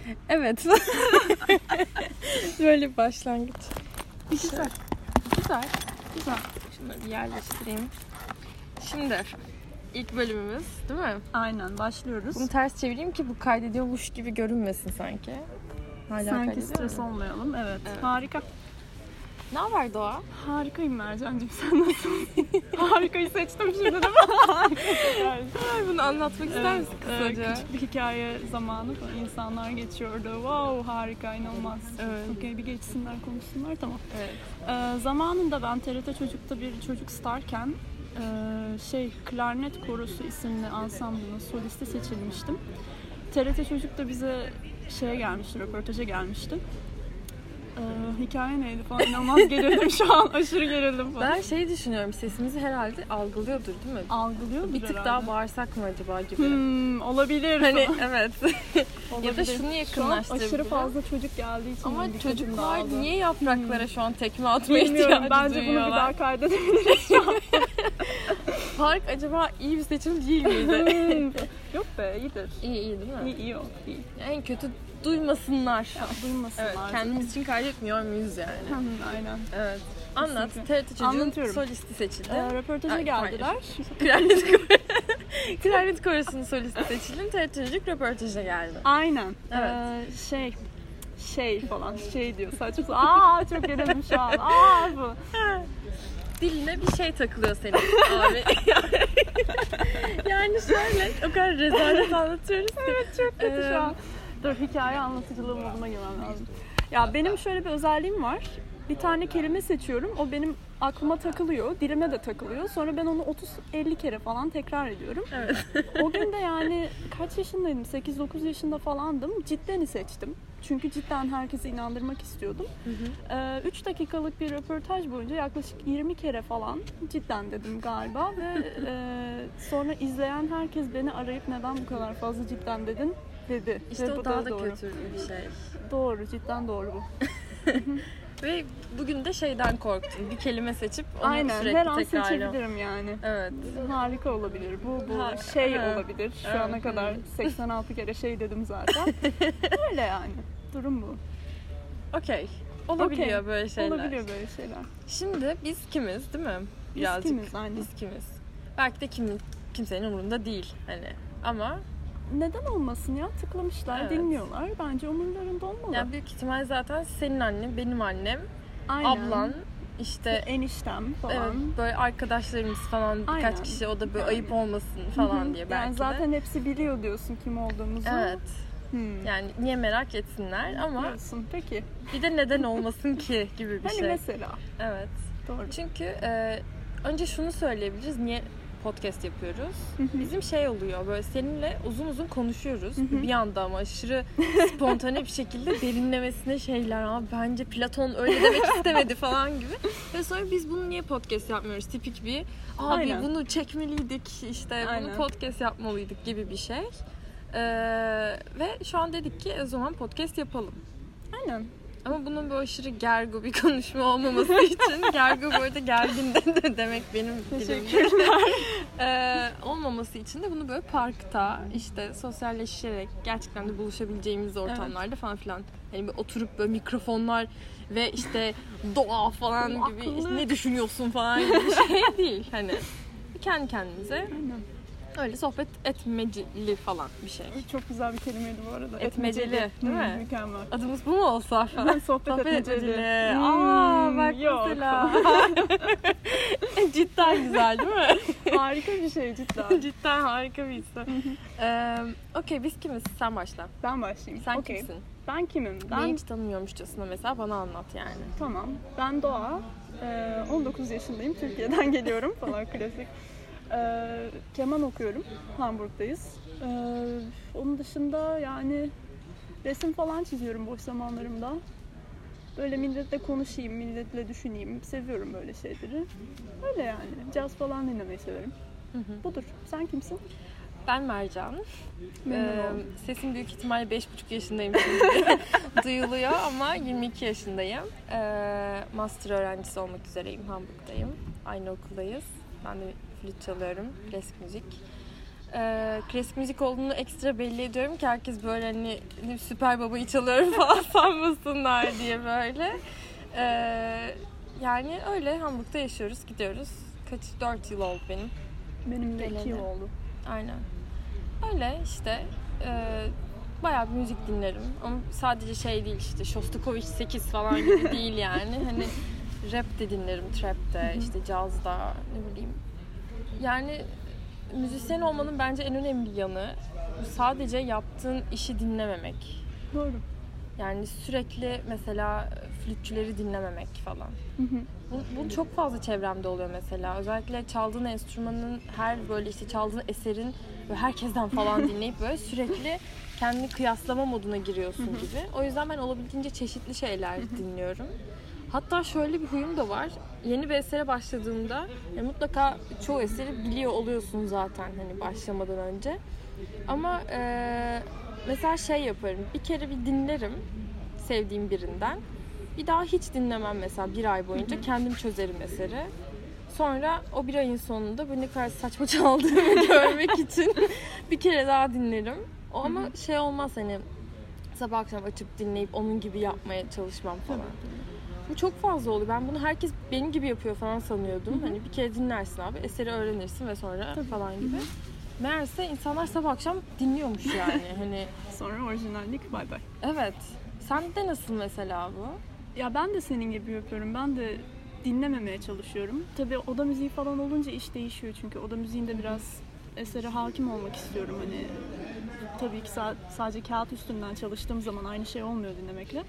Evet. Böyle bir başlangıç. Güzel. Güzel. Şunları bir yerleştireyim. Şimdi ilk bölümümüz değil mi? Aynen, başlıyoruz. Bunu ters çevireyim ki bu kaydediyormuş gibi görünmesin sanki. Hala sanki stres mi? olmayalım. Evet. Harika. Ne haber Doğa? Harikayım Mercan'cığım, sen nasılsın? Harikayı seçtim şimdi değil mi? Bunu anlatmak ister misin kısaca? Küçük bir hikaye zamanı falan. İnsanlar geçiyordu. Wow, harika, inanılmaz. Evet. Okey, bir geçsinler, konuşsunlar, tamam. Evet. Zamanında ben TRT Çocuk'ta bir çocuk starken Klarnet Korosu isimli ansambının solisti seçilmiştim. TRT Çocuk da bize gelmişti, röportaja gelmişti. Hikaye neydi falan, inanılmaz gerildim şu an, aşırı gerildim falan. Ben düşünüyorum, sesimizi herhalde algılıyordur değil mi? Algılıyordur bir tık herhalde. daha bağırsak mı acaba gibi. Olabilir. Hani evet. Olabilir. Ya da şunu yakınlaştırabilir. Aşırı fazla çocuk geldiği için. Ama çocuklar niye yapraklara şu an tekme atmaya Bilmiyorum, ihtiyacı bence duyuyorlar? bunu bir daha kaydedebiliriz şu an. Park acaba iyi bir seçim değil miydi? Yok be, iyidir. İyi değil mi? İyi o. İyi. En kötü duymasınlar. Ya, duymasınlar. Evet, kendimiz için kaydetmiyor muyuz yani? Aynen. Evet. Anlat. TRT Çocuğun solisti seçildi. Röportaja geldiler. Klarnet Korosu'nun solisti seçildi. TRT Çocuk röportaja geldi. Aynen. Evet. Falan diyor saçma. Çok gerildim şu an. Bu. Diline bir şey takılıyor senin abi. Yani şöyle o kadar rezalet anlatıyoruz ki. Evet, çok kötü şu an. Dur, hikaye anlatıcılığı moduna girmem lazım. Ya benim şöyle bir özelliğim var. Bir tane kelime seçiyorum. O benim aklıma takılıyor. Dilime de takılıyor. Sonra ben onu 30-50 kere falan tekrar ediyorum. Evet. O gün de yani kaç yaşındaydım? 8-9 yaşında falandım. Cidden'i seçtim. Çünkü cidden herkesi inandırmak istiyordum. 3 dakikalık bir röportaj boyunca yaklaşık 20 kere falan cidden dedim galiba ve sonra izleyen herkes beni arayıp neden bu kadar fazla cidden dedin dedi. İşte ve o bu daha da doğru. kötü bir şey. Doğru, cidden doğru bu. Ve bugün de şeyden korktun. Bir kelime seçip onu aynen, sürekli her an tekrarla. seçebilirim yani. Evet. Harika olabilir. Bu olabilir. Şu ana kadar 86 kere dedim zaten. Öyle yani. Durum bu. Okey. Olabiliyor böyle şeyler. Olabiliyor böyle şeyler. Şimdi biz kimiz değil mi? Biz kimiz, aynen. Biz kimiz? Belki de kimsenin umurunda değil hani, ama neden olmasın ya? Tıklamışlar, evet, dinliyorlar. Bence umurlarında olmalı. Yani büyük ihtimal zaten senin annen, benim annem, aynen, ablan, işte eniştem falan. Evet, böyle arkadaşlarımız falan birkaç aynen, kişi, o da böyle ayıp olmasın falan diye belki yani zaten hepsi biliyor diyorsun kim olduğumuzu. Evet. Yani niye merak etsinler ama diyorsun. Peki. Bir de neden olmasın ki gibi bir hani şey. mesela. Evet. Doğru. Çünkü önce şunu söyleyebiliriz. Niye podcast yapıyoruz? Bizim oluyor, böyle seninle uzun uzun konuşuyoruz. Bir anda ama aşırı spontane bir şekilde derinlemesine şeyler. Abi bence Platon öyle demek istemedi falan gibi. Ve sonra biz bunu niye podcast yapmıyoruz? Tipik bir aynen, bunu çekmeliydik, işte aynen, bunu podcast yapmalıydık gibi bir şey. Ve şu an dedik ki o zaman podcast yapalım. Aynen. Ama bunun böyle aşırı gergo bir konuşma olmaması için, gergo bu arada gergin de demek benim dilimde. Olmaması için de bunu böyle parkta, işte sosyalleşerek, gerçekten de buluşabileceğimiz ortamlarda falan filan. Hani böyle oturup böyle mikrofonlar ve işte doğa falan gibi, işte ne düşünüyorsun falan gibi bir şey değil. Hani kendi kendimize. Aynen. Öyle sohbet etmeceli falan bir şey. Çok güzel bir kelimeydi bu arada. Etmeceli, değil mi? Mükemmel. Adımız bu mu olsa falan? Sohbet etmeceli. Bak yok. mesela. Cidden güzel değil mi? Harika bir şey cidden. Cidden harika bir isim. Okey, biz kimiz? Sen başla. Ben başlayayım. Sen okay, kimsin? Ben kimim? Beni hiç tanımıyormuşçasına mesela bana anlat yani. Tamam. Ben Doğa. 19 yaşındayım. Türkiye'den geliyorum falan, klasik. Keman okuyorum. Hamburg'dayız. Onun dışında yani resim falan çiziyorum boş zamanlarımda. Böyle milletle konuşayım, milletle düşüneyim. Seviyorum böyle şeyleri. Öyle yani. Caz falan dinlemeyi severim. Budur. Sen kimsin? Ben Mercan. Sesim büyük ihtimalle 5,5 yaşındayım şimdi. Duyuluyor ama 22 yaşındayım. Master öğrencisi olmak üzereyim. Hamburg'dayım. Aynı okuldayız. Ben de flüt çalıyorum. Klasik müzik. Klasik müzik olduğunu ekstra belli ediyorum ki herkes böyle hani Süper Baba'yı çalıyorum falan sanmasınlar diye böyle. Yani öyle Hamburg'da yaşıyoruz, gidiyoruz. 4 yıl oldu benim. Benim de 2 yıl oldu. Aynen. Öyle işte. Bayağı bir müzik dinlerim. Ama sadece şey değil işte Shostakovich 8 falan gibi değil yani. Hani rap de dinlerim, trap de, işte caz da, ne bileyim. Yani müzisyen olmanın bence en önemli yanı sadece yaptığın işi dinlememek. Doğru. Yani sürekli mesela flütçüleri dinlememek falan. Bu çok fazla çevremde oluyor mesela. Özellikle çaldığın enstrümanın her böyle işte çaldığın eserin böyle herkesten falan dinleyip böyle sürekli kendini kıyaslama moduna giriyorsun gibi. O yüzden ben olabildiğince çeşitli şeyler dinliyorum. Hatta şöyle bir huyum da var. Yeni bir esere başladığımda mutlaka çoğu eseri biliyor oluyorsun zaten hani başlamadan önce. Ama mesela şey yaparım. Bir kere bir dinlerim sevdiğim birinden. Bir daha hiç dinlemem mesela bir ay boyunca. Kendim çözerim eseri. Sonra o bir ayın sonunda bu ne kadar saçma çaldığımı görmek için bir kere daha dinlerim. O ama şey olmaz hani sabah akşam açıp dinleyip onun gibi yapmaya çalışmam falan. Bu çok fazla oldu. Ben bunu herkes benim gibi yapıyor falan sanıyordum. Hani bir kere dinlersin abi, eseri öğrenirsin ve sonra falan gibi. Meğerse insanlar sabah akşam dinliyormuş yani. Hani sonra orijinallik bay bay. Evet. Sende nasıl mesela bu? Ya ben de senin gibi yapıyorum. Ben de dinlememeye çalışıyorum. Tabii oda müziği falan olunca iş değişiyor çünkü oda müziğinde biraz esere hakim olmak istiyorum. Hani tabii ki sadece kağıt üstünden çalıştığım zaman aynı şey olmuyor dinlemekle.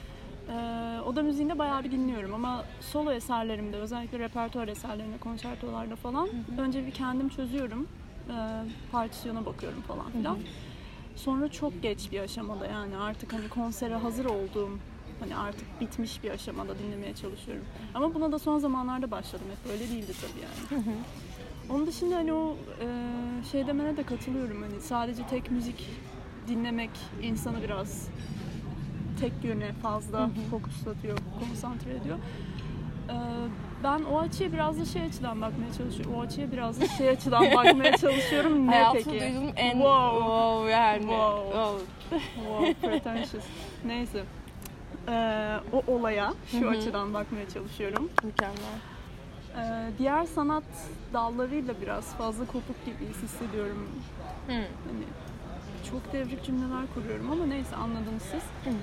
Oda müziğinde bayağı bir dinliyorum ama solo eserlerimde özellikle repertuar eserlerinde, konçertolarda falan önce bir kendim çözüyorum. Partisyona bakıyorum falan filan. Sonra çok geç bir aşamada yani artık hani konsere hazır olduğum hani artık bitmiş bir aşamada dinlemeye çalışıyorum. Ama buna da son zamanlarda başladım. Hep öyle değildi tabii yani. Onun dışında hani o şey demene de katılıyorum. Hani sadece tek müzik dinlemek insanı biraz tek yöne fazla fokuslatıyor, konsantre ediyor. Ben o açıya biraz da şey açıdan bakmaya çalışıyorum. O açıya biraz da şey açıdan bakmaya çalışıyorum. Ne Hayatımda peki? duyduğum en Wow yani. Wow, pretentious. Neyse. O olaya şu açıdan bakmaya çalışıyorum. Mükemmel. Diğer sanat dallarıyla biraz fazla kopuk gibi hissediyorum. Hani çok devrik cümleler kuruyorum ama neyse anladınız siz.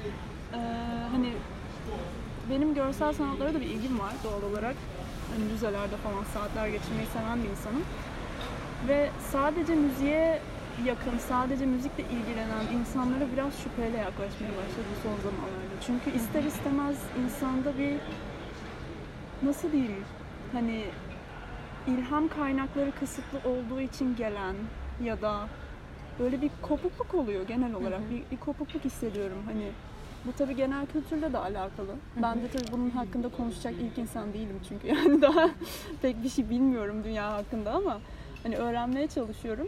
Hani benim görsel sanatlara da bir ilgim var doğal olarak. Hani müzelerde falan saatler geçirmeyi seven bir insanım. Ve sadece müziğe yakın, sadece müzikle ilgilenen insanlara biraz şüpheyle yaklaşmaya başladım son zamanlarda. Çünkü ister istemez insanda bir, nasıl diyeyim, hani ilham kaynakları kısıtlı olduğu için gelen ya da böyle bir kopukluk oluyor genel olarak. Bir kopukluk hissediyorum. Hani bu tabii genel kültürle de alakalı. Ben de tabii bunun hakkında konuşacak ilk insan değilim çünkü yani daha pek bir şey bilmiyorum dünya hakkında ama hani öğrenmeye çalışıyorum.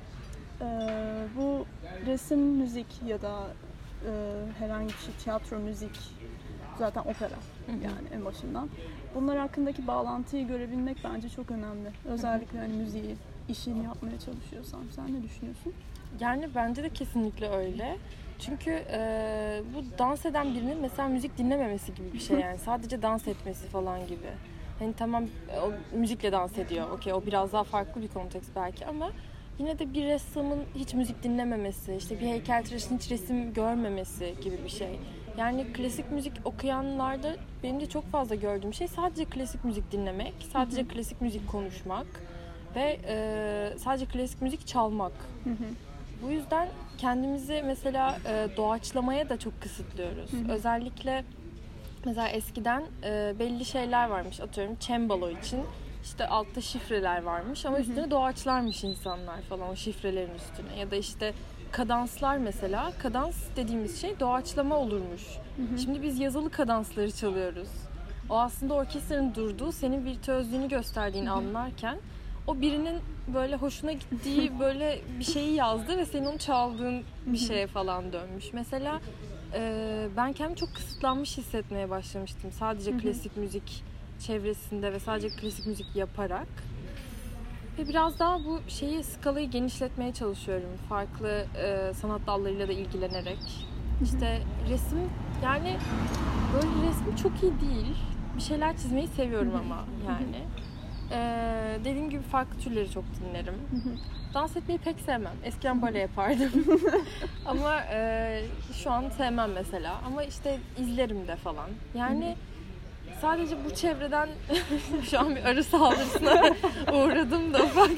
Bu resim, müzik ya da herhangi bir şey, tiyatro, müzik, zaten opera yani en başından. Bunlar hakkındaki bağlantıyı görebilmek bence çok önemli. Özellikle hani müziği, işini yapmaya çalışıyorsan. Sen ne düşünüyorsun? Yani bence de kesinlikle öyle. Çünkü bu dans eden birinin mesela müzik dinlememesi gibi bir şey yani. Sadece dans etmesi falan gibi. Hani tamam o müzikle dans ediyor. Okey, o biraz daha farklı bir konteks belki ama yine de bir ressamın hiç müzik dinlememesi, işte bir heykeltıraşın hiç resim görmemesi gibi bir şey. Yani klasik müzik okuyanlarda benim de çok fazla gördüğüm şey sadece klasik müzik dinlemek, sadece klasik müzik konuşmak ve sadece klasik müzik çalmak. Bu yüzden kendimizi mesela doğaçlamaya da çok kısıtlıyoruz. Özellikle mesela eskiden belli şeyler varmış, atıyorum cembalo için işte altta şifreler varmış ama üstüne doğaçlarmış insanlar falan o şifrelerin üstüne. Ya da işte kadanslar mesela, kadans dediğimiz şey doğaçlama olurmuş. Şimdi biz yazılı kadansları çalıyoruz. O aslında orkestranın durduğu, senin virtüözlüğünü gösterdiğini anlarken o birinin böyle hoşuna gittiği böyle bir şeyi yazdı ve senin onu çaldığın bir şeye falan dönmüş. Mesela ben kendimi çok kısıtlanmış hissetmeye başlamıştım. Sadece klasik müzik çevresinde ve sadece klasik müzik yaparak. Ve biraz daha bu skalayı genişletmeye çalışıyorum. Farklı sanat dallarıyla da ilgilenerek. İşte resim, yani böyle resim çok iyi değil. Bir şeyler çizmeyi seviyorum ama yani. Dediğim gibi farklı türleri çok dinlerim. Dans etmeyi pek sevmem. Eskiden bale yapardım. Ama şu an sevmem mesela. Ama işte izlerim de falan. Yani sadece bu çevreden şu an bir arı saldırısına uğradım da ufak.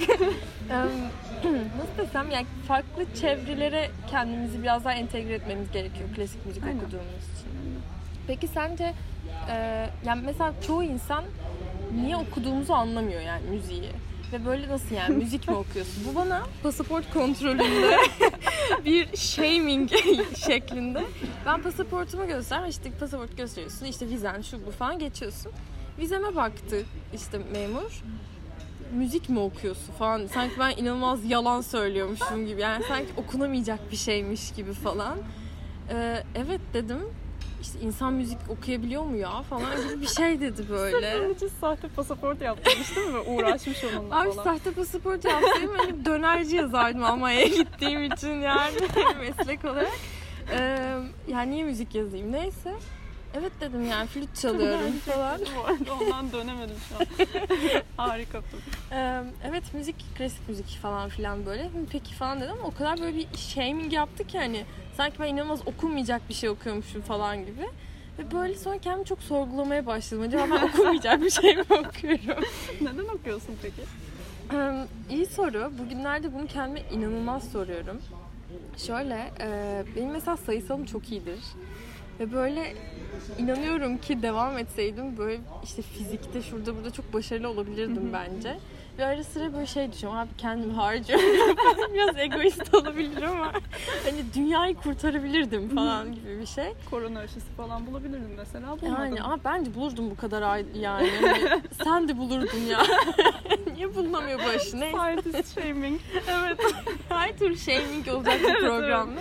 Nasıl desem, yani farklı çevrelere kendimizi biraz daha entegre etmemiz gerekiyor klasik müzik okuduğumuz için. Peki sence yani mesela çoğu insan niye okuduğumuzu anlamıyor yani müziği. Ve böyle nasıl yani müzik mi okuyorsun? Bu bana pasaport kontrolünde bir shaming şeklinde. Ben pasaportumu gösterdim. İşte pasaport gösteriyorsun. İşte vizen şu bu falan geçiyorsun. Vizeme baktı işte memur. Müzik mi okuyorsun falan. Sanki ben inanılmaz yalan söylüyormuşum gibi. Yani sanki okunamayacak bir şeymiş gibi falan. Evet dedim. İşte insan müzik okuyabiliyor mu ya falan gibi bir şey dedi böyle. Sırf onun için sahte pasaport yaptırmış değil mi? Uğraşmış onunla Abi falan. sahte pasaport yaptığım hani dönerci yazardım Almanya'ya gittiğim için yani meslek olarak. Yani niye müzik yazayım neyse. Evet dedim yani flüt çalıyorum falan. Ondan dönemedim şu an. Harika. Evet müzik, klasik müzik falan filan böyle. Peki falan dedim ama o kadar böyle bir shaming yaptı ki hani sanki ben inanılmaz okunmayacak bir şey okuyormuşum falan gibi. Ve böyle sonra kendimi çok sorgulamaya başladım. Acaba ben okunmayacak bir şey mi okuyorum? Neden okuyorsun peki? İyi soru. Bugünlerde bunu kendime inanılmaz soruyorum. Şöyle, benim mesela sayısalım çok iyidir. Ve böyle inanıyorum ki devam etseydim böyle işte fizikte şurada burada çok başarılı olabilirdim bence. Ve ara sıra böyle şey düşünüyorum, abi kendimi harcıyorum. Biraz egoist olabilir ama hani dünyayı kurtarabilirdim falan gibi bir şey. Korona aşısı falan bulabilirdin mesela. Bulmadın. Yani abi bence bulurdum bu kadar yani. Hani sen de bulurdun ya. Niye bulunamıyor bu aşı? Neyse. Scientist shaming. Evet. Her tür shaming olacak bir programda.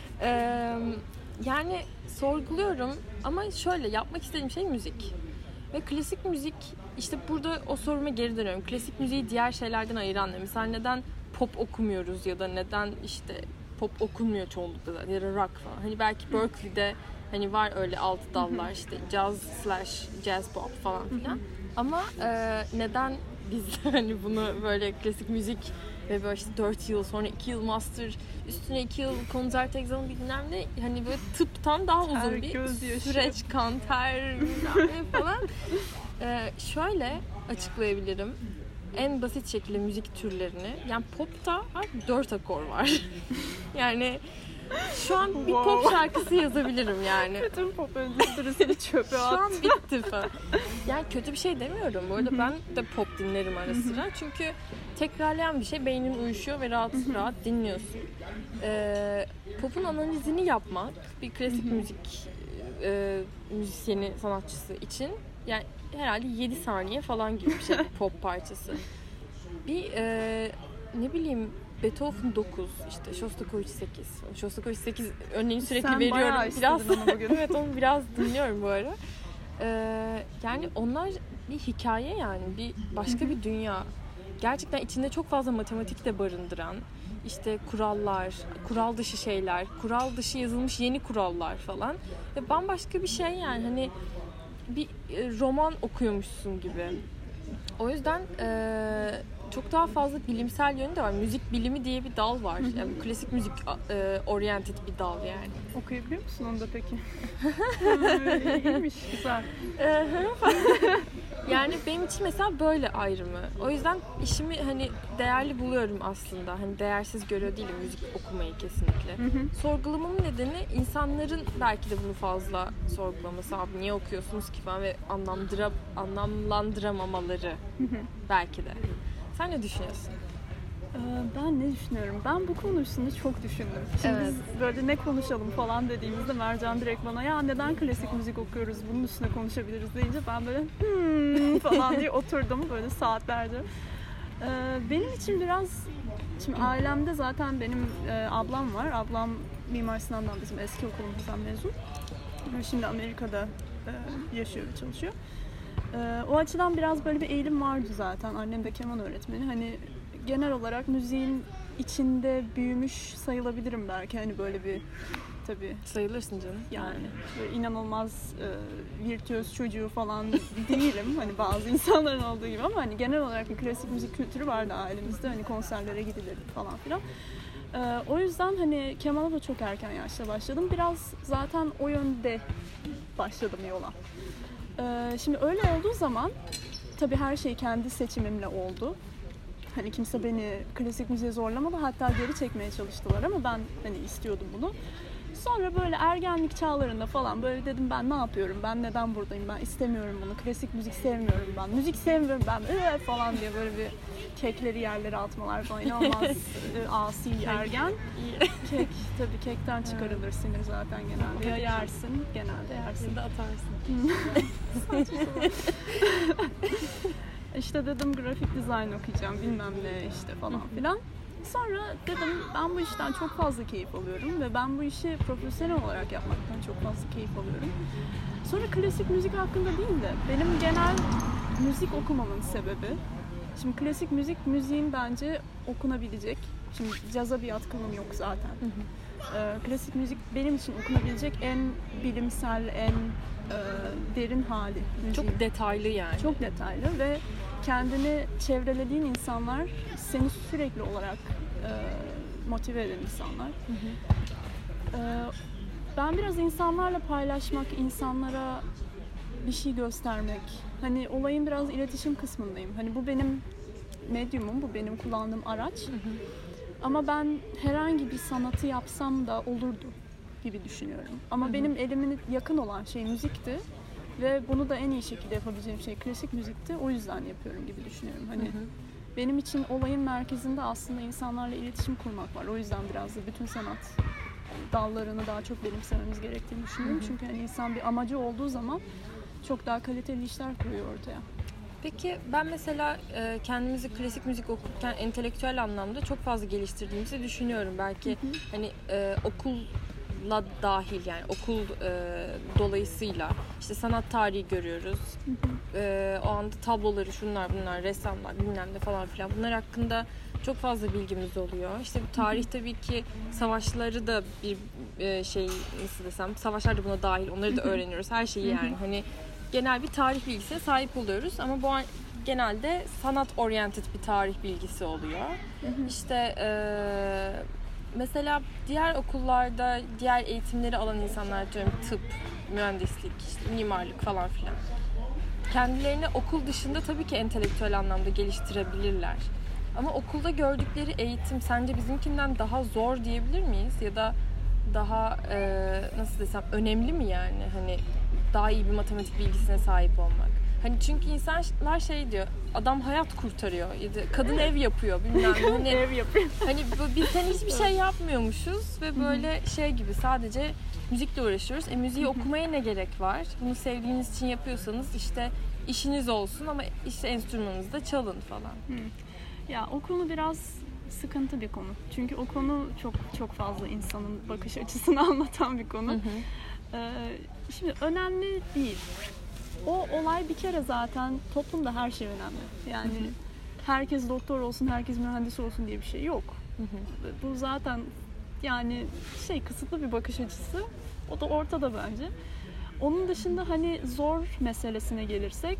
Yani sorguluyorum ama şöyle yapmak istediğim şey müzik. Ve klasik müzik, işte burada o soruma geri dönüyorum. Klasik müziği diğer şeylerden ayıran ne? Mesela neden pop okumuyoruz ya da neden işte pop okunmuyor çoğunlukla da ya da rock falan. Hani belki Berkeley'de hani var öyle alt dallar işte jazz pop falan filan. Ama neden biz hani bunu böyle klasik müzik ve böyle işte 4 yıl sonra 2 yıl master üstüne 2 yıl konser egzamı bilmem ne hani böyle tıptan daha uzun bir süreç, kanter falan. Şöyle açıklayabilirim. En basit şekilde müzik türlerini. Yani popta 4 akor var. Yani şu an bir pop şarkısı yazabilirim yani. Bütün pop endüstrisini çöpe at. Şu an bitti falan. Yani kötü bir şey demiyorum. Bu arada ben de pop dinlerim ara sıra. Çünkü tekrarlayan bir şey, beynin uyuşuyor ve rahat rahat dinliyorsun. Pop'un analizini yapmak bir klasik müzik müzisyeni, sanatçısı için yani herhalde 7 saniye falan gibi bir şey pop parçası. Bir ne bileyim Beethoven 9, işte Shostakovich 8. Shostakovich 8 örneğini sürekli sen veriyorum. Biraz bugün. evet onu biraz dinliyorum bu ara. Yani onlar bir hikaye yani bir başka bir dünya. Gerçekten içinde çok fazla matematik de barındıran işte kurallar, kural dışı şeyler, kural dışı yazılmış yeni kurallar falan. Ve bambaşka bir şey yani hani bir roman okuyormuşsun gibi. O yüzden çok daha fazla bilimsel yönü de var. Müzik bilimi diye bir dal var. Yani klasik müzik oriented bir dal yani. Okuyabiliyor musun onu da peki? İyiymiş, güzel. Yani benim için mesela böyle ayrımı. O yüzden işimi hani değerli buluyorum aslında. Hani değersiz görüyor değilim müzik okumayı kesinlikle. Sorgulamamın nedeni insanların belki de bunu fazla sorgulaması. Abi niye okuyorsunuz ki falan ve anlamlandıramamaları belki de. Sen ne düşünüyorsun? Ben ne düşünüyorum? Ben bu konu üstünde çok düşündüm. Şimdi biz böyle ne konuşalım falan dediğimizde Mercan direkt bana ya neden klasik müzik okuyoruz bunun üstüne konuşabiliriz deyince ben böyle falan diye oturdum böyle saatlerce. Benim için biraz şimdi ailemde zaten benim ablam var. Ablam Mimar Sinan'dan bizim eski okulumuzdan mezun. Şimdi Amerika'da yaşıyor ve çalışıyor. O açıdan biraz böyle bir eğilim vardı zaten. Annem de keman öğretmeni. Hani genel olarak müziğin içinde büyümüş sayılabilirim belki. Hani böyle bir tabii. Sayılırsın canım. Yani böyle inanılmaz virtüöz çocuğu falan değilim. Hani bazı insanların olduğu gibi ama hani genel olarak bir klasik müzik kültürü vardı ailemizde. Hani konserlere gidilirdi falan filan. O yüzden hani kemana da çok erken yaşta başladım. Biraz zaten o yönde başladım yola. Şimdi öyle olduğu zaman tabii her şey kendi seçimimle oldu. Hani kimse beni klasik müziğe zorlamadı. Hatta geri çekmeye çalıştılar ama ben hani istiyordum bunu. Sonra böyle ergenlik çağlarında falan böyle dedim ben ne yapıyorum? Ben neden buradayım? Ben istemiyorum bunu. Klasik müzik sevmiyorum ben. Müzik sevmiyorum ben. Falan diye böyle bir kekleri yerlere atmalar falan. İnanılmaz asi ergen. Kek tabii kekten çıkarılır sinir zaten genelde. Ya yersin genelde yersin. Ya da atarsın. İşte dedim grafik dizayn okuyacağım bilmem ne işte falan filan. Sonra dedim ben bu işten çok fazla keyif alıyorum ve ben bu işi profesyonel olarak yapmaktan çok fazla keyif alıyorum. Sonra klasik müzik hakkında değil de benim genel müzik okumamın sebebi. Şimdi klasik müziğin bence okunabilecek. Şimdi caza bir yatkınlığım yok zaten. Klasik müzik benim için okunabilecek en bilimsel, en derin hali. Müziğin. Çok detaylı yani. Çok detaylı ve kendini çevrelediğin insanlar seni sürekli olarak motive eden insanlar. Ben biraz insanlarla paylaşmak, insanlara bir şey göstermek. Hani olayın biraz iletişim kısmındayım. Hani bu benim medyumum, bu benim kullandığım araç. Ama ben herhangi bir sanatı yapsam da olurdu gibi düşünüyorum. Ama benim elimin yakın olan şey müzikti. Ve bunu da en iyi şekilde yapabileceğim şey klasik müzikti. O yüzden yapıyorum gibi düşünüyorum. Hani benim için olayın merkezinde aslında insanlarla iletişim kurmak var. O yüzden biraz da bütün sanat dallarını daha çok benimsememiz gerektiğini düşünüyorum. Çünkü hani insan bir amacı olduğu zaman çok daha kaliteli işler koyuyor ortaya. Peki ben mesela kendimizi klasik müzik okurken entelektüel anlamda çok fazla geliştirdiğimizi düşünüyorum. Belki hani okulla dahil yani okul dolayısıyla işte sanat tarihi görüyoruz. O anda tabloları şunlar bunlar ressamlar bilmem ne falan filan bunlar hakkında çok fazla bilgimiz oluyor. İşte bu tarih tabii ki savaşları da bir şey nasıl desem savaşlar da buna dahil onları da öğreniyoruz her şeyi yani hani genel bir tarih bilgisine sahip oluyoruz ama bu genelde sanat oriented bir tarih bilgisi oluyor. İşte mesela diğer okullarda diğer eğitimleri alan insanlar diyorum tıp, mühendislik, işte mimarlık falan filan. Kendilerini okul dışında tabii ki entelektüel anlamda geliştirebilirler. Ama okulda gördükleri eğitim sence bizimkinden daha zor diyebilir miyiz? Ya da daha nasıl desem önemli mi yani? Hani daha iyi bir matematik bilgisine sahip olmak. Hani çünkü insanlar şey diyor, adam hayat kurtarıyor ya da kadın ev yapıyor bilmem ne. Hani, ev yapıyor. Hani biz hani hiçbir şey yapmıyormuşuz ve böyle şey gibi sadece müzikle uğraşıyoruz. Müziği okumaya ne gerek var? Bunu sevdiğiniz için yapıyorsanız işte işiniz olsun ama işte enstrümanınızı da çalın falan. Ya o konu biraz sıkıntı bir konu. Çünkü o konu çok fazla insanın bakış açısını anlatan bir konu. Şimdi önemli değil. O olay bir kere zaten toplumda her şey önemli. Yani herkes doktor olsun, herkes mühendis olsun diye bir şey yok. Bu zaten yani kısıtlı bir bakış açısı. O da ortada bence. Onun dışında hani zor meselesine gelirsek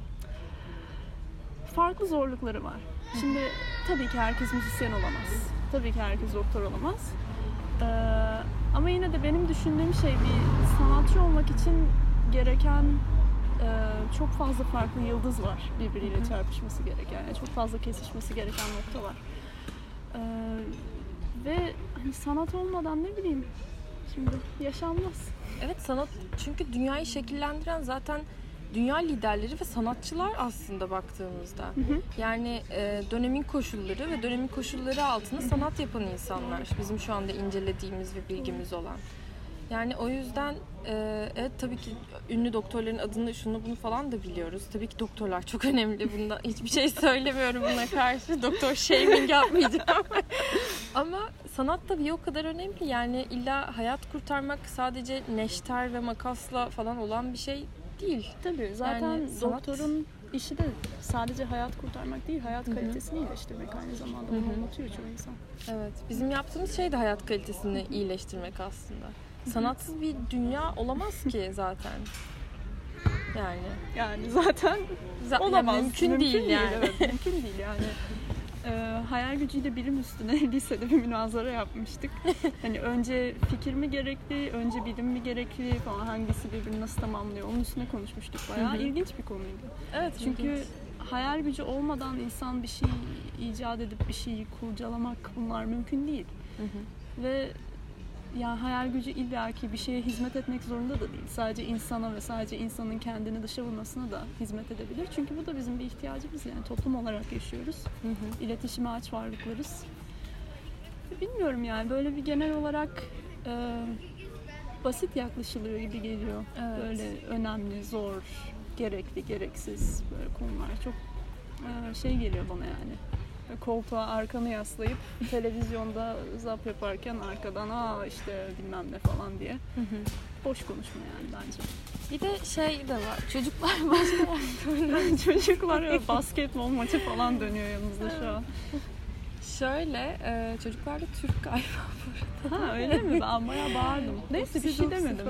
farklı zorlukları var. Şimdi tabii ki herkes müzisyen olamaz. Tabii ki herkes doktor olamaz. Ama yine de benim düşündüğüm şey bir sanatçı olmak için gereken çok fazla farklı yıldız var birbiriyle çarpışması gereken. Yani çok fazla kesişmesi gereken nokta var. Ve hani sanat olmadan ne bileyim şimdi yaşanmaz. Evet sanat çünkü dünyayı şekillendiren zaten dünya liderleri ve sanatçılar aslında baktığımızda. Yani dönemin koşulları ve dönemin koşulları altında sanat yapan insanlar. Bizim şu anda incelediğimiz ve bilgimiz olan. Yani o yüzden evet tabii ki ünlü doktorların adını şunu bunu falan da biliyoruz. Tabii ki doktorlar çok önemli. Bunda hiçbir şey söylemiyorum buna karşı. Doktor shaming yapmayacağım. Ama sanat tabii o kadar önemli. Yani illa hayat kurtarmak sadece neşter ve makasla falan olan bir şey değil. Tabii zaten yani doktorun işi de sadece hayat kurtarmak değil, hayat kalitesini iyileştirmek aynı zamanda. Bunu anlatıyor çoğu insan. Evet. Bizim yaptığımız şey de hayat kalitesini iyileştirmek aslında. Sanatsız bir dünya olamaz ki zaten. Yani zaten olamaz. Mümkün değil yani. Evet, mümkün değil yani. Hayal gücüyle bilim üstüne lisede bir münazara yapmıştık. Hani önce fikir mi gerekli, önce bilim mi gerekli falan, hangisi birbirini nasıl tamamlıyor, onun üstüne konuşmuştuk bayağı. İlginç bir konuydu. Evet, çünkü ilginç. hayal gücü olmadan insan bir şey icat edip bir şeyi kurcalamak, bunlar mümkün değil. Ve yani hayal gücü illaki bir şeye hizmet etmek zorunda da değil. Sadece insana ve sadece insanın kendini dışa vurmasına da hizmet edebilir. Çünkü bu da bizim bir ihtiyacımız, yani toplum olarak yaşıyoruz. İletişime aç varlıklarız. Bilmiyorum yani, böyle bir genel olarak basit yaklaşılıyor gibi geliyor. Evet. Böyle önemli, zor, gerekli, gereksiz böyle konular çok şey geliyor bana yani. Koltuğa arkanı yaslayıp televizyonda zap yaparken arkadan işte bilmem ne falan diye boş konuşma yani bence. Bir de şey de var. Çocuklar başka çocuklar basketbol maçı falan dönüyor yanımızda şu an. Şöyle, çocuklar da Türk galiba burada. Ha öyle mi? Ben bayağı bağırdım. Neyse bir şey demedim.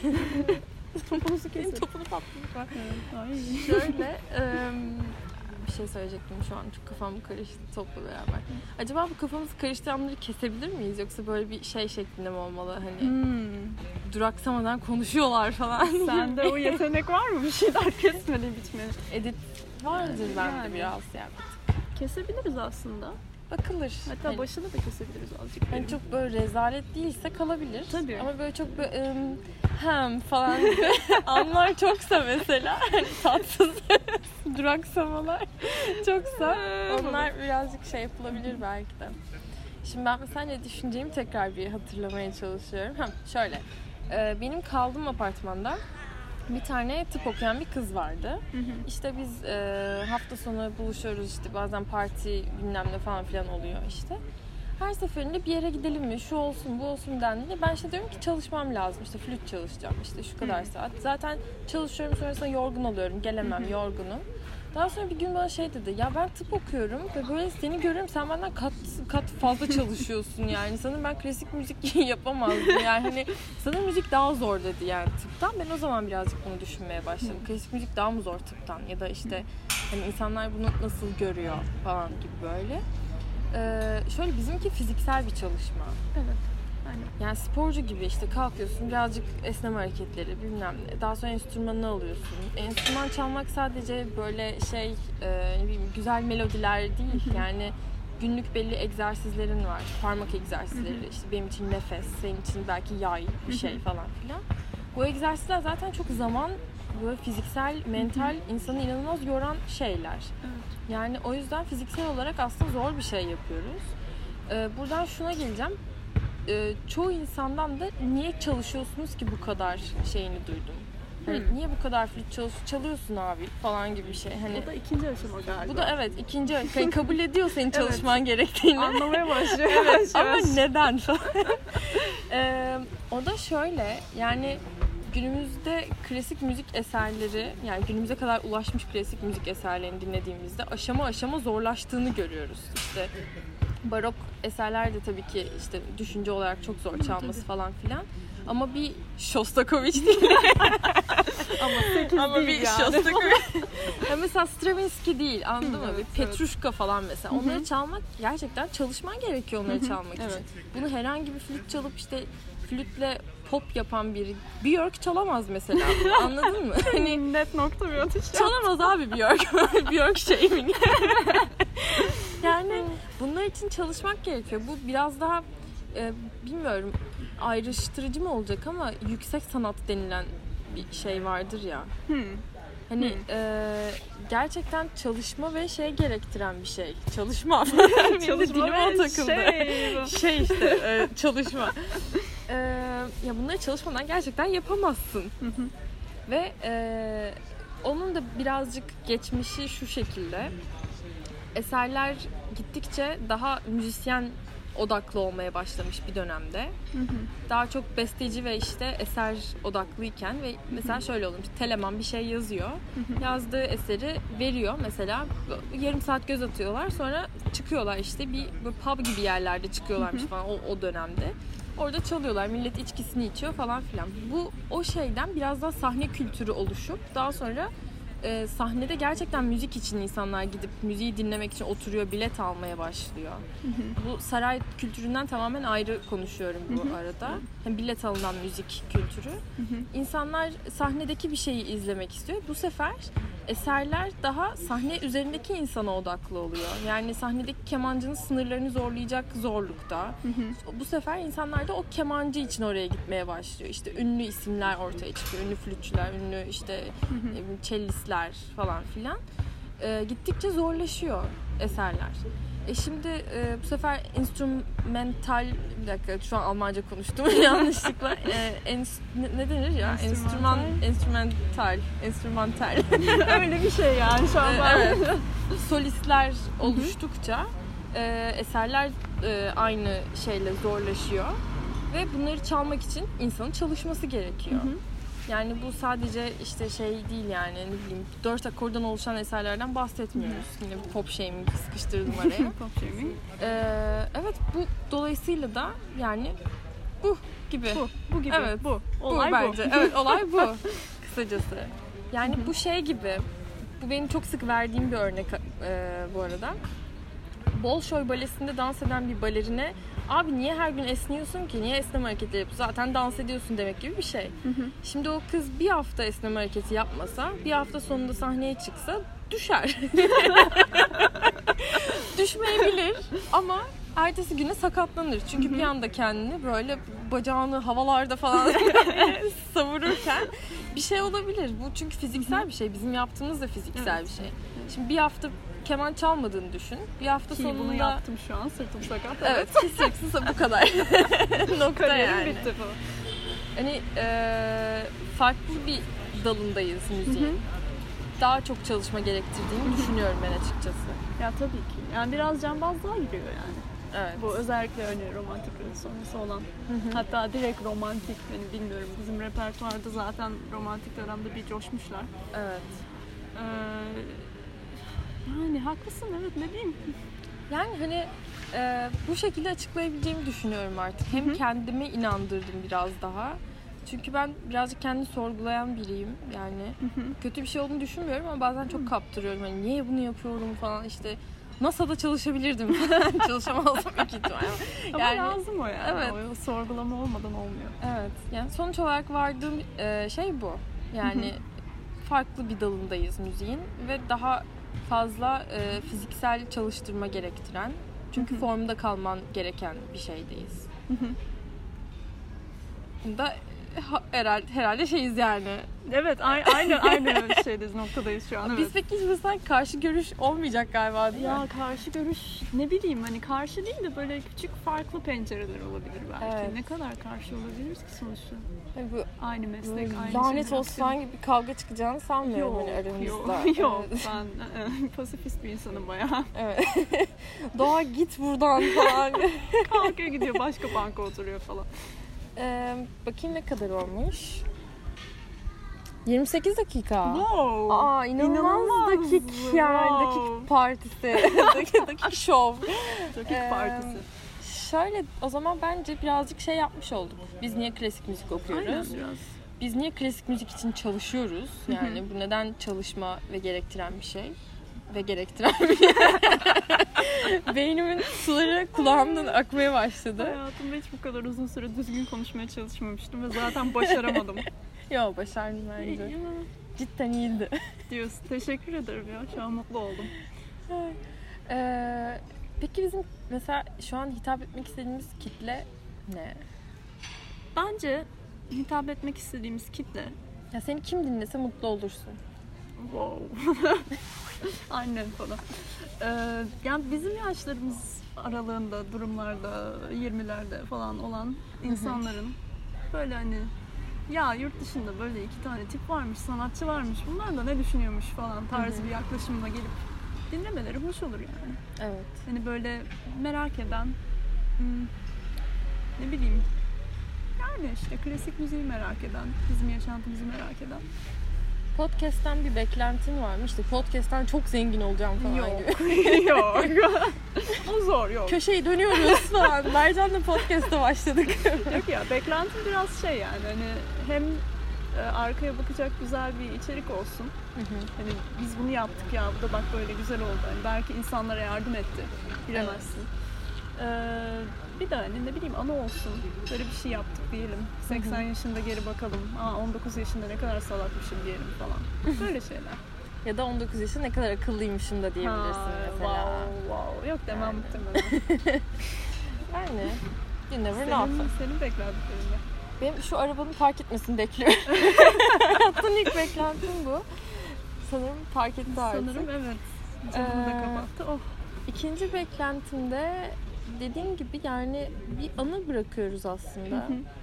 Topunuzu kesin. Topunu patladı. Ay. Şöyle, bir şey söyleyecektim şu an. Çok kafam karıştı topla beraber. Acaba bu kafamızı karıştıranları kesebilir miyiz? Yoksa böyle bir şey şeklinde mi olmalı? Hani duraksamadan konuşuyorlar falan. Sende o yetenek var mı? Bir şeyler kesmeli, biçmeli. Edit vardır bende biraz yani. Kesebiliriz aslında. Bakılır. Hatta hani, başını da kesebiliriz azıcık. Yani çok böyle rezalet değilse kalabilir. Tabii. Ama böyle çok böyle falan gibi anlar çoksa mesela, hani tatsız duraksamalar çoksa onlar birazcık şey yapılabilir belki de. Şimdi ben mesela ne düşüneceğimi tekrar bir hatırlamaya çalışıyorum. Şöyle, benim kaldığım apartmanda bir tane tıp okuyan bir kız vardı. İşte biz hafta sonu buluşuyoruz, işte bazen parti bilmem ne falan filan oluyor işte. Her seferinde bir yere gidelim mi, şu olsun bu olsun dendiğinde ben işte diyorum ki çalışmam lazım, işte flüt çalışacağım, işte şu kadar saat. Zaten çalışıyorum, sonrasında yorgun oluyorum, gelemem, yorgunum. Daha sonra bir gün bana şey dedi, ya ben tıp okuyorum ve böyle seni görüyorum, sen benden kat fazla çalışıyorsun yani. Sanırım ben klasik müzik yapamazdım yani, hani sanırım müzik daha zor dedi yani tıptan. Ben o zaman birazcık bunu düşünmeye başladım. Klasik müzik daha mı zor tıptan, ya da işte hani insanlar bunu nasıl görüyor falan gibi böyle. Şöyle, bizimki fiziksel bir çalışma. Evet. Yani sporcu gibi işte kalkıyorsun, birazcık esneme hareketleri bilmem ne. Daha sonra enstrümanını alıyorsun. Enstrüman çalmak sadece böyle güzel melodiler değil. Yani günlük belli egzersizlerin var. Parmak egzersizleri, işte benim için nefes, senin için belki yay bir şey falan filan. Bu egzersizler zaten çok zaman, böyle fiziksel, mental, insanı inanılmaz yoran şeyler. Evet. Yani o yüzden fiziksel olarak aslında zor bir şey yapıyoruz. Buradan şuna geleceğim. Çoğu insandan da niye çalışıyorsunuz ki bu kadar şeyini duydum. Hani niye bu kadar flüt çalıyorsun abi falan gibi bir şey. Hani o da ikinci aşama galiba. Bu da evet ikinci aşama. Kabul ediyor senin çalışman gerektiğini. Anlamaya başlıyor. Evet, ama neden falan. O da şöyle, yani günümüzde klasik müzik eserleri, yani günümüze kadar ulaşmış klasik müzik eserlerini dinlediğimizde aşama aşama zorlaştığını görüyoruz. İşte barok eserler de tabii ki işte düşünce olarak çok zor çalması falan filan. Ama bir Shostakovich değil. Ama bir yani. Shostakovich. Mesela Stravinsky değil, anladın mı? Petruşka falan mesela. Onları çalmak, gerçekten çalışman gerekiyor onları çalmak için. Bunu herhangi bir flüt çalıp işte flütle pop yapan biri Björk çalamaz mesela. Anladın mı? Hani net nokta bir atış. Çalamaz abi Björk. Björk shaming. Yani bunlar için çalışmak gerekiyor. Bu biraz daha bilmiyorum, ayrıştırıcı mı olacak ama yüksek sanat denilen bir şey vardır ya. Hani gerçekten çalışma ve şey gerektiren bir şey. Çalışma. Çalışma ve şey işte çalışma. Ya bunları çalışmadan gerçekten yapamazsın. Ve onun da birazcık geçmişi şu şekilde. Eserler gittikçe daha müzisyen odaklı olmaya başlamış bir dönemde. Daha çok besteci ve işte eser odaklıyken ve mesela şöyle olmuş. Teleman bir şey yazıyor. Yazdığı eseri veriyor mesela. Yarım saat göz atıyorlar. Sonra çıkıyorlar işte bir pub gibi yerlerde çıkıyorlarmış falan o dönemde. Orada çalıyorlar. Millet içkisini içiyor falan filan. Bu o şeyden biraz daha sahne kültürü oluşup daha sonra sahnede gerçekten müzik için insanlar gidip müziği dinlemek için oturuyor, bilet almaya başlıyor. Bu saray kültüründen tamamen ayrı konuşuyorum bu arada. Hem bilet alınan müzik kültürü. İnsanlar sahnedeki bir şeyi izlemek istiyor. Bu sefer eserler daha sahne üzerindeki insana odaklı oluyor. Yani sahnedeki kemancının sınırlarını zorlayacak zorlukta. Bu sefer insanlar da o kemancı için oraya gitmeye başlıyor. İşte ünlü isimler ortaya çıkıyor. Ünlü flütçüler, ünlü işte cellistler falan filan. Gittikçe zorlaşıyor eserler. Şimdi bu sefer instrumental, bir dakika şu an Almanca konuştum yanlışlıkla. Ne denir ya? Enstrümantal. Öyle bir şey yani şu an. Evet. Solistler oluştukça eserler aynı şeyle zorlaşıyor ve bunları çalmak için insanın çalışması gerekiyor. Yani bu sadece işte şey değil yani ne bileyim 4 akordan oluşan eserlerden bahsetmiyoruz. Yine pop shaming sıkıştırdım araya. Pop shaming. Evet bu dolayısıyla da yani bu gibi. Bu gibi. Evet bu. Olay bu bence. Evet olay bu kısacası. Yani bu şey gibi. Bu benim çok sık verdiğim bir örnek bu arada. Bolşoy balesinde dans eden bir balerine abi niye her gün esniyorsun ki? Niye esneme hareketleri yapıyorsun? Zaten dans ediyorsun demek gibi bir şey. Şimdi o kız bir hafta esneme hareketi yapmasa, bir hafta sonunda sahneye çıksa düşer. Düşmeyebilir ama ertesi güne sakatlanır. Çünkü bir anda kendini böyle bacağını havalarda falan savururken bir şey olabilir. Bu çünkü fiziksel bir şey. Bizim yaptığımız da fiziksel bir şey. Şimdi bir hafta keman çalmadığını düşün. Bir hafta ki sonunda... bunu yaptım şu an. Sırtım sakat. Evet. Sırtsız bu kadar. Nokta Kariyerim yani. bitti falan. Hani farklı bir dalındayız müziğin. Daha çok çalışma gerektirdiğini düşünüyorum ben açıkçası. Ya tabii ki. Yani biraz cambazlığa giriyor yani. Evet. Bu özellikle hani romantik sonrası olan. Hatta direkt romantik, hani bilmiyorum. Bizim repertuarda zaten romantik dönemde bir coşmuşlar. Evet. Yani haklısın, evet, ne diyeyim. Yani hani bu şekilde açıklayabileceğimi düşünüyorum artık. Hem kendime inandırdım biraz daha. Çünkü ben birazcık kendimi sorgulayan biriyim. Yani kötü bir şey olduğunu düşünmüyorum ama bazen çok kaptırıyorum. Hani niye bunu yapıyorum falan işte. NASA'da çalışabilirdim. Çalışamazdım büyük ihtimalle. Ama yani, lazım o yani. Evet. O sorgulama olmadan olmuyor. Evet. Yani sonuç olarak vardığım şey bu. Yani farklı bir dalındayız müziğin ve daha fazla fiziksel çalıştırma gerektiren, çünkü formda kalman gereken bir şeydeyiz. Bunda herhalde şeyiz yani. Evet, aynı şeydeyiz, noktadayız şu an. Biz peki mesela karşı görüş olmayacak galiba değil mi? Ya karşı görüş, ne bileyim, hani karşı değil de böyle küçük farklı pencereler olabilir belki. Evet. Ne kadar karşı olabiliriz ki sonuçta? Bu, aynı meslek, aynı lanet olsun gibi bir kavga çıkacağını sanmıyorum hani aramızda. Yok, ben pasifist bir insanım bayağı. Evet. Doğa git buradan falan. Kalkıyor gidiyor, başka banka oturuyor falan. Bakayım ne kadar olmuş. 28 dakika. Wow. İnanılmaz dakik yani. Dakik partisi. dakik şov. Dakik partisi. Şöyle o zaman bence birazcık şey yapmış olduk. Biz niye klasik müzik okuyoruz? Aynen biraz. Biz niye klasik müzik için çalışıyoruz? Yani bu neden çalışma ve gerektiren bir şey? Ve gerektiren bir şey. Beynimin suları kulağımdan akmaya başladı. Hayatımda hiç bu kadar uzun süre düzgün konuşmaya çalışmamıştım ve zaten başaramadım. Yo, başardım bence. Cidden iyiydi. Diyorsun. Teşekkür ederim ya. Şu an mutlu oldum. Peki bizim mesela şu an hitap etmek istediğimiz kitle ne? Bence hitap etmek istediğimiz kitle... Ya seni kim dinlese mutlu olursun. Wow. Annem falan. Yani bizim yaşlarımız aralığında, durumlarda, 20'lerde falan olan insanların böyle hani ya yurt dışında böyle 2 tane tip varmış, sanatçı varmış, bunlar da ne düşünüyormuş falan tarzı bir yaklaşımla gelip dinlemeleri hoş olur yani. Evet. Hani böyle merak eden ne bileyim. Yani işte klasik müziği merak eden, bizim yaşantımızı merak eden. Podcast'ten bir beklentin var mı? İşte podcast'ten çok zengin olacağım falan gibi. Yok. O zor, yok. Köşeyi dönüyoruz falan. Mercan'la podcast'a başladık. Yok ya, beklentim biraz şey yani hani hem arkaya bakacak güzel bir içerik olsun. Hani biz bunu yaptık ya, bu da bak böyle güzel oldu. Hani belki insanlara yardım etti. Bilemezsin. Bir de hani ne bileyim anı olsun. Böyle bir şey yaptık diyelim. 80 yaşında geri bakalım. 19 yaşında ne kadar salakmışım diyelim falan. Böyle şeyler. Ya da 19 yaşında ne kadar akıllıymışım da diyebilirsin mesela. Wow. Yok demem muhtemelen. Yani you never know. Senin beklentlerin ne? Benim şu arabanın park etmesini bekliyorum. Hayattan ilk beklentim bu. Sanırım park etti artık. Sanırım evet. Camını da kapattı. Oh. İkinci beklentimde dediğim gibi yani bir anı bırakıyoruz aslında.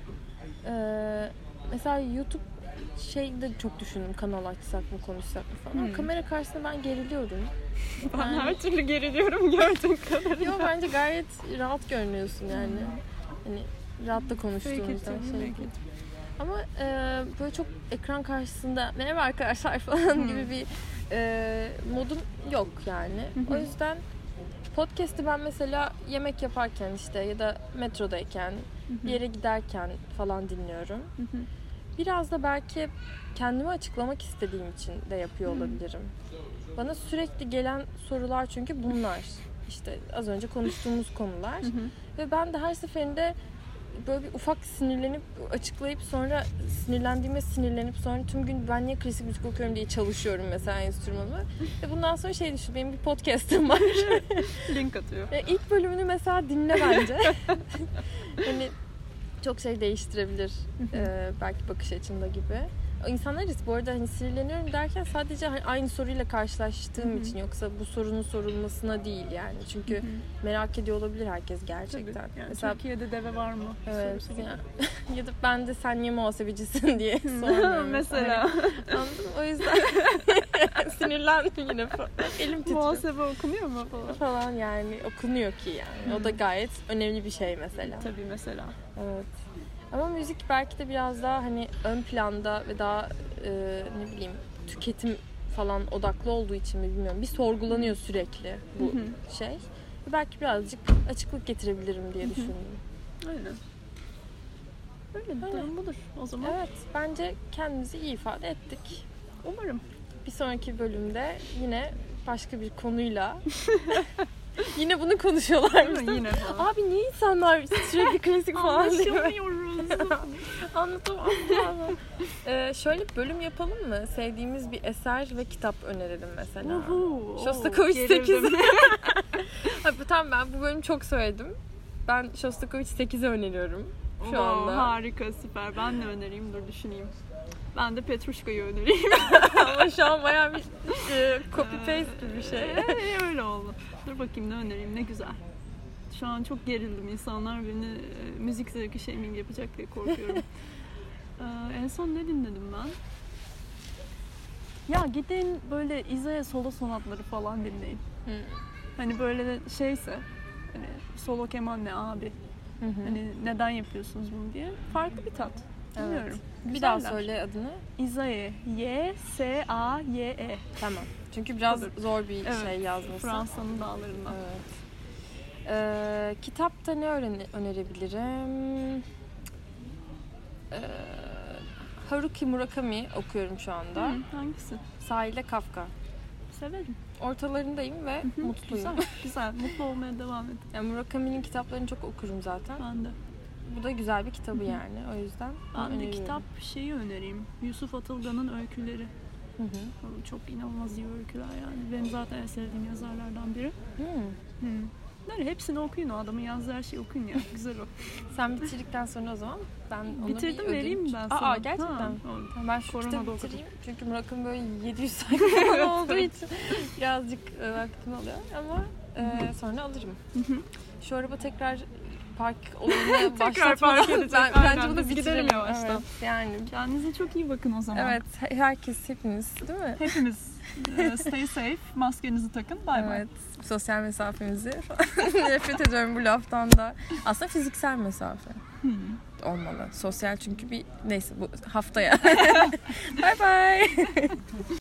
Mesela YouTube şeyde çok düşündüm, kanal açsak mı konuşsak mı falan. Kamera karşısında ben geriliyorum. Ben her türlü geriliyorum gördüğün kadarıyla. Yok bence gayet rahat görünüyorsun yani. Hani rahat da konuştuğumuzda şey. Ama böyle çok ekran karşısında merhaba arkadaşlar falan gibi bir modum yok yani. O yüzden podcast'ı ben mesela yemek yaparken işte ya da metrodayken, bir yere giderken falan dinliyorum. Biraz da belki kendimi açıklamak istediğim için de yapıyor olabilirim. Bana sürekli gelen sorular çünkü bunlar. İşte az önce konuştuğumuz konular. Ve ben de her seferinde böyle bir ufak sinirlenip açıklayıp sonra sinirlenip sonra tüm gün ben niye klasik müzik okuyorum diye çalışıyorum mesela enstrümanımı. Ve bundan sonra şey düşün, benim bir podcast'ım var. Link atıyor. İlk bölümünü mesela dinle bence. Hani çok şey değiştirebilir belki bakış açımda gibi. İnsanlarız bu arada hani sinirleniyorum derken sadece hani aynı soruyla karşılaştığım için, yoksa bu sorunun sorulmasına değil yani. Çünkü merak ediyor olabilir herkes gerçekten. Yani mesela Türkiye'de deve var mı? Evet. Ya da ben de sen niye muhasebecisin diye soruyorum. Mesela. Anladın mı? O yüzden sinirlendim yine falan. Elim titriyor. Muhasebe okunuyor mu falan yani okunuyor ki yani. O da gayet önemli bir şey mesela. Tabii mesela. Evet. Ama müzik belki de biraz daha hani ön planda ve daha ne bileyim tüketim falan odaklı olduğu için mi bilmiyorum. Bir sorgulanıyor sürekli bu şey. Ve belki birazcık açıklık getirebilirim diye düşündüm. Aynen. Öyle durum budur o zaman. Evet, bence kendimizi iyi ifade ettik. Umarım. Bir sonraki bölümde yine başka bir konuyla yine bunu konuşuyorlarmış. Yine falan. Abi niye insanlar sürekli klasik falan diyor? Anlaşamıyoruz. Anlatamam. Şöyle bir bölüm yapalım mı? Sevdiğimiz bir eser ve kitap önerelim mesela. Shostakovich 8. Tamam, ben bu bölümü çok söyledim. Ben Shostakovich 8'i öneriyorum şu anda. Harika, süper. Ben ne önereyim? Dur düşüneyim. Ben de Petruşka'yı önereyim. Ama şu an bayağı bir copy paste gibi bir şey. Öyle oldu. Dur bakayım ne önereyim, ne güzel. Şu an çok gerildim. İnsanlar beni müzik zevki shaming yapacak diye korkuyorum. En son ne dinledim ben? Ya gidin böyle Isaiah solo sonatları falan dinleyin. Hani böyle şeyse, hani solo keman ne abi? Hani neden yapıyorsunuz bunu diye. Farklı bir tat. Bilmiyorum. Evet. Bir daha söyle adını. Isaiah. Y-S-A-Y-E. Tamam. Çünkü biraz zor bir şey yazması. Fransa'nın dağlarından. Evet. Kitapta ne önerebilirim? Haruki Murakami okuyorum şu anda. Hangisi? Sahilde Kafka. Severim. Ortalarındayım ve mutluyum. Güzel. Mutlu olmaya devam et. Yani Murakami'nin kitaplarını çok okurum zaten. Ben de. Bu da güzel bir kitabı yani. O yüzden ben de kitap şeyi önereyim. Yusuf Atılgan'ın öyküleri. Çok inanılmaz iyi öyküler yani. Benim zaten en sevdiğim yazarlardan biri. Yani hepsini okuyun, o adamın yazdığı her şeyi okuyun ya. Güzel o. Sen bitirdikten sonra o zaman ben onu bitirdim, vereyim mi ben sana? Aa gerçekten. Ben şu kitabı bitireyim. Çünkü Murakami böyle 700 sayfa falan olduğu için birazcık vaktimi alıyor ama sonra alırım. Şu araba tekrar park olayına Tekrar başlatmadan park edecek. bence Aynen, bunu biz gidelim bitirelim. yavaştan. Evet, yani Kendinize çok iyi bakın o zaman. evet, herkes, hepimiz değil mi? Hepimiz stay safe, maskenizi takın, bay bay. Evet, sosyal mesafemizi nefret ediyorum bu laftan da. Aslında fiziksel mesafe olmalı. Sosyal çünkü neyse bu haftaya. Bye bye.